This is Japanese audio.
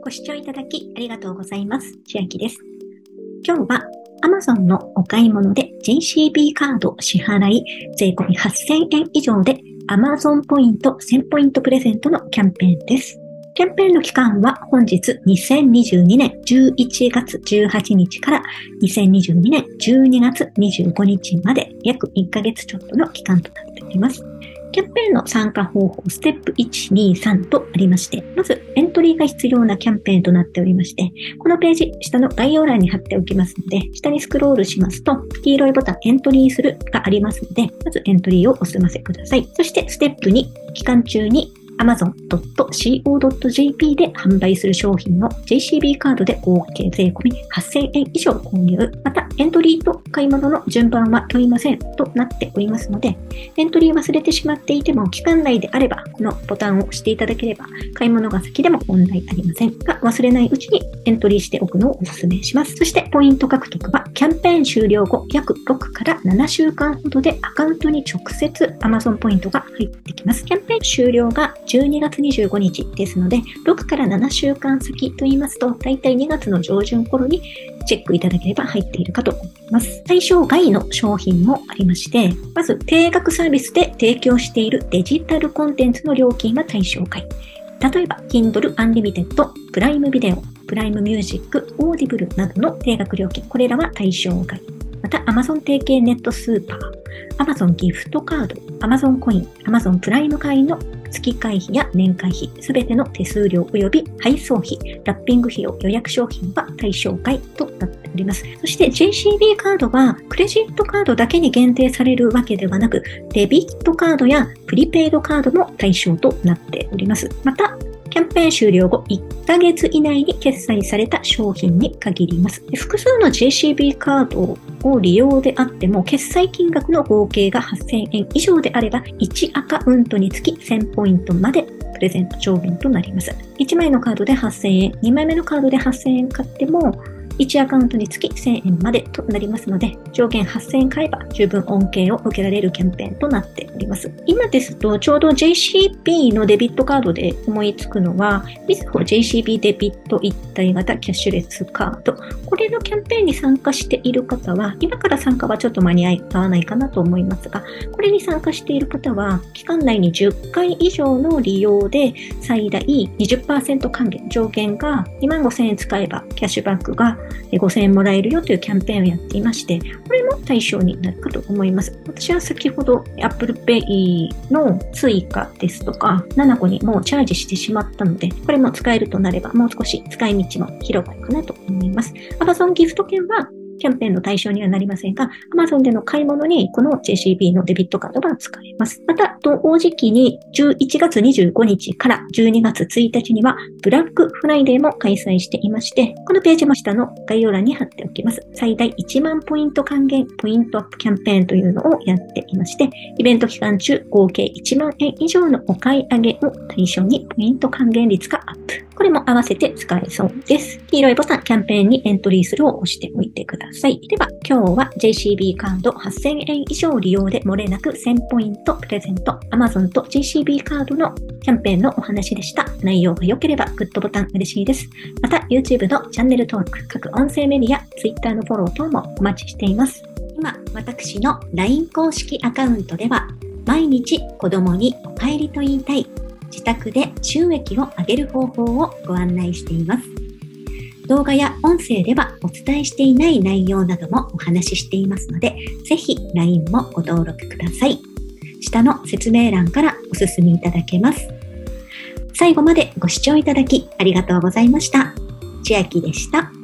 ご視聴いただきありがとうございます。千秋です。今日は Amazon のお買い物で JCB カード支払い税込み8000円以上で Amazon ポイント1000ポイントプレゼントのキャンペーンです。キャンペーンの期間は本日2022年11月18日から2022年12月25日まで約1ヶ月ちょっとの期間となっております。キャンペーンの参加方法、ステップ1、2、3とありまして、まずエントリーが必要なキャンペーンとなっておりまして、このページ、下の概要欄に貼っておきますので、下にスクロールしますと、黄色いボタンエントリーするがありますので、まずエントリーをお済ませください。そしてステップ2、期間中にAmazon.co.jp で販売する商品を JCB カードで合計税込み8000円以上購入。また、エントリーと買い物の順番は問いませんとなっておりますので、エントリー忘れてしまっていても、期間内であれば、このボタンを押していただければ、買い物が先でも問題ありませんが、忘れないうちにエントリーしておくのをお勧めします。そして、ポイント獲得は、キャンペーン終了後、約6から7週間ほどでアカウントに直接 Amazon ポイントが入ってきます。キャンペーン終了が12月25日ですので、6から7週間先と言いますと、だいたい2月の上旬頃にチェックいただければ入っているかと思います。対象外の商品もありまして、まず定額サービスで提供しているデジタルコンテンツの料金は対象外。例えば、Kindle Unlimited、プライムビデオ、プライムミュージック、オーディブルなどの定額料金、これらは対象外。また、Amazon 提携ネットスーパー、Amazon ギフトカード、Amazon コイン、Amazon プライム会の月会費や年会費、すべての手数料及び配送費、ラッピング費用、予約商品は対象外となっております。そして JCB カードはクレジットカードだけに限定されるわけではなく、デビットカードやプリペイドカードも対象となっております。また、キャンペーン終了後1ヶ月以内に決済された商品に限ります。複数の JCB カードを利用であっても、決済金額の合計が8000円以上であれば、1アカウントにつき1000ポイントまでプレゼント上限となります。1枚のカードで8000円、2枚目のカードで8000円買っても、1アカウントにつき1000円までとなりますので、上限8000円買えば十分恩恵を受けられるキャンペーンとなっております。今ですと、ちょうど JCB のデビットカードで思いつくのは、みずほ JCB デビット一体型キャッシュレスカード。これのキャンペーンに参加している方は、今から参加はちょっと間に合わないかなと思いますが、これに参加している方は、期間内に10回以上の利用で最大 20% 還元、上限が25,000円使えばキャッシュバックが5000円もらえるよというキャンペーンをやっていまして、これも対象になるかと思います。私は先ほど Apple Pay の追加ですとか、7個にもうチャージしてしまったので、これも使えるとなればもう少し使い道も広がるかなと思います。Amazon ギフト券はキャンペーンの対象にはなりませんが、Amazon での買い物にこの JCB のデビットカードが使えます。また、同時期に11月25日から12月1日にはブラックフライデーも開催していまして、このページも下の概要欄に貼っておきます。最大1万ポイント還元ポイントアップキャンペーンというのをやっていまして、イベント期間中合計1万円以上のお買い上げを対象にポイント還元率がアップ。これも合わせて使えそうです。黄色いボタンキャンペーンにエントリーするを押しておいてください。では今日は JCB カード8000円以上利用で漏れなく1000ポイントプレゼント Amazon と JCB カードのキャンペーンのお話でした。内容が良ければグッドボタン嬉しいです。また YouTube のチャンネル登録、各音声メディア、Twitter のフォロー等もお待ちしています。今私の LINE 公式アカウントでは毎日子供にお帰りと言いたい自宅で収益を上げる方法をご案内しています。動画や音声ではお伝えしていない内容などもお話ししていますので、ぜひ LINE もご登録ください。下の説明欄からお進みいただけます。最後までご視聴いただきありがとうございました。千秋でした。